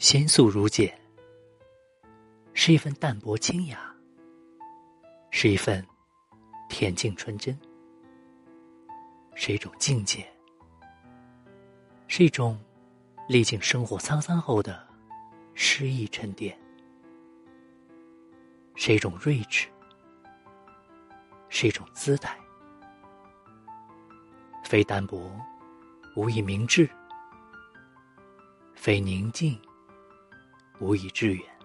纤素如简，是一份淡泊清雅，是一份恬静纯真，是一种境界，是一种历经生活沧桑后的诗意沉淀，是一种睿智，是一种姿态。非淡泊无以明志，非宁静无以致远。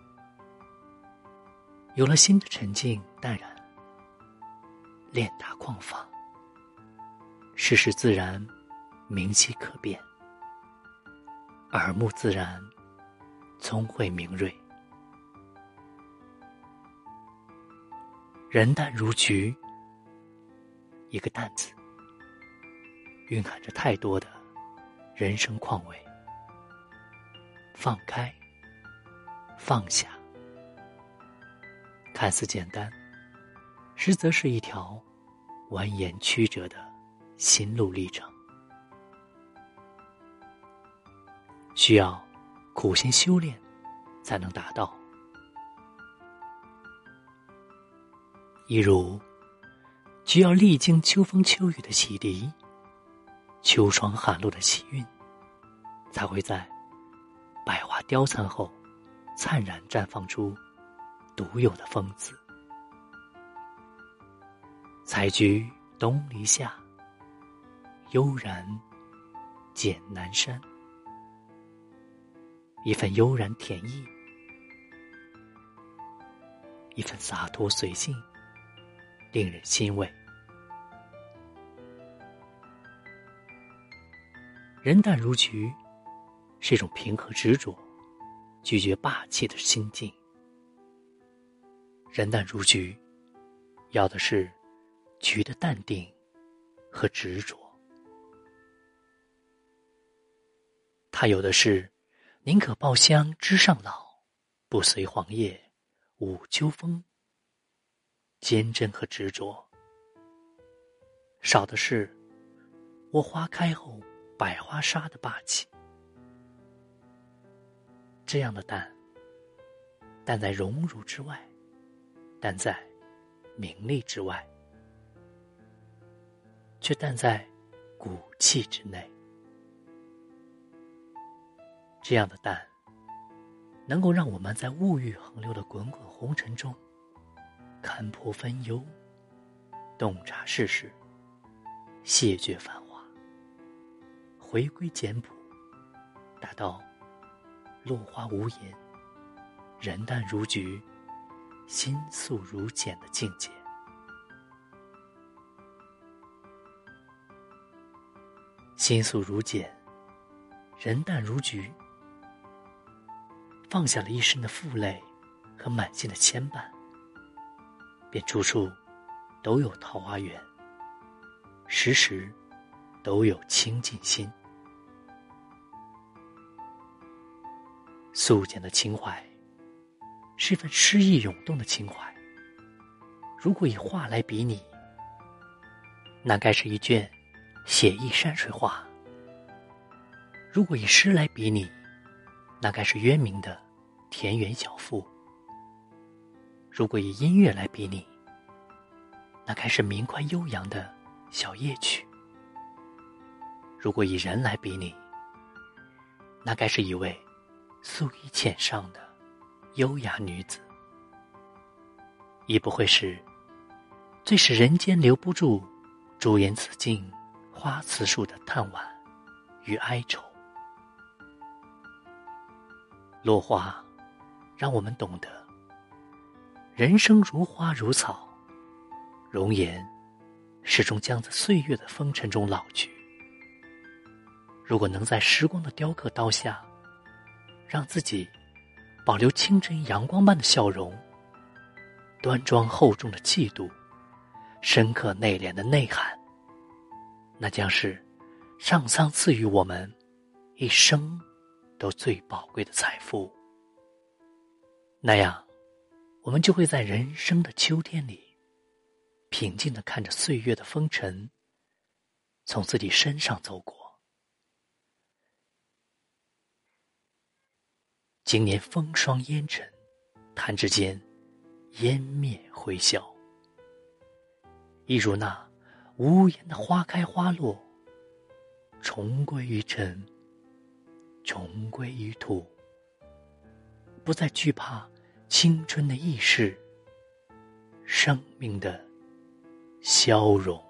有了心的沉静淡然，练达旷放，世事自然明晰可辨，耳目自然聪慧明锐。人淡如菊，一个淡字蕴含着太多的人生况味。放开，放下，看似简单，实则是一条蜿蜒曲折的心路历程，需要苦心修炼才能达到。一如需要历经秋风秋雨的洗涤，秋霜寒露的洗熨，才会在百花凋残后灿然绽放出独有的风姿。采菊东篱下，悠然见南山。一份悠然恬逸，一份洒脱随性，令人欣慰。人淡如菊，是一种平和执着，拒绝霸气的心境。人淡如菊，要的是菊的淡定和执着。他有的是宁可抱香枝上老，不随黄叶舞秋风，坚贞和执着。少的是我花开后百花杀的霸气。这样的淡，淡在荣辱之外，淡在名利之外，却淡在骨气之内。这样的淡，能够让我们在物欲横流的滚滚红尘中看破分忧，洞察世事，谢绝繁华，回归简朴，达到落花无言，人淡如菊，心素如简的境界。心素如简，人淡如菊，放下了一身的负累和满心的牵绊，便处处都有桃花源，时时都有清净心。素简的情怀，是一份诗意涌动的情怀。如果以画来比拟，那该是一卷写意山水画；如果以诗来比拟，那该是渊明的田园小赋；如果以音乐来比拟，那该是明快悠扬的小夜曲；如果以人来比拟，那该是一位素衣浅上的优雅女子。亦不会是最使人间留不住朱颜辞镜花瓷树的叹惋与哀愁。落花让我们懂得，人生如花如草，容颜始终将在岁月的风尘中老去。如果能在时光的雕刻刀下，让自己保留清真阳光般的笑容，端庄厚重的气度，深刻内敛的内涵，那将是上苍赐予我们一生都最宝贵的财富。那样，我们就会在人生的秋天里，平静地看着岁月的风尘从自己身上走过。 经年风霜烟尘，弹指间湮灭灰消。一如那无言的花开花落，重归于尘，重归于土，不再惧怕青春的易逝，生命的消融。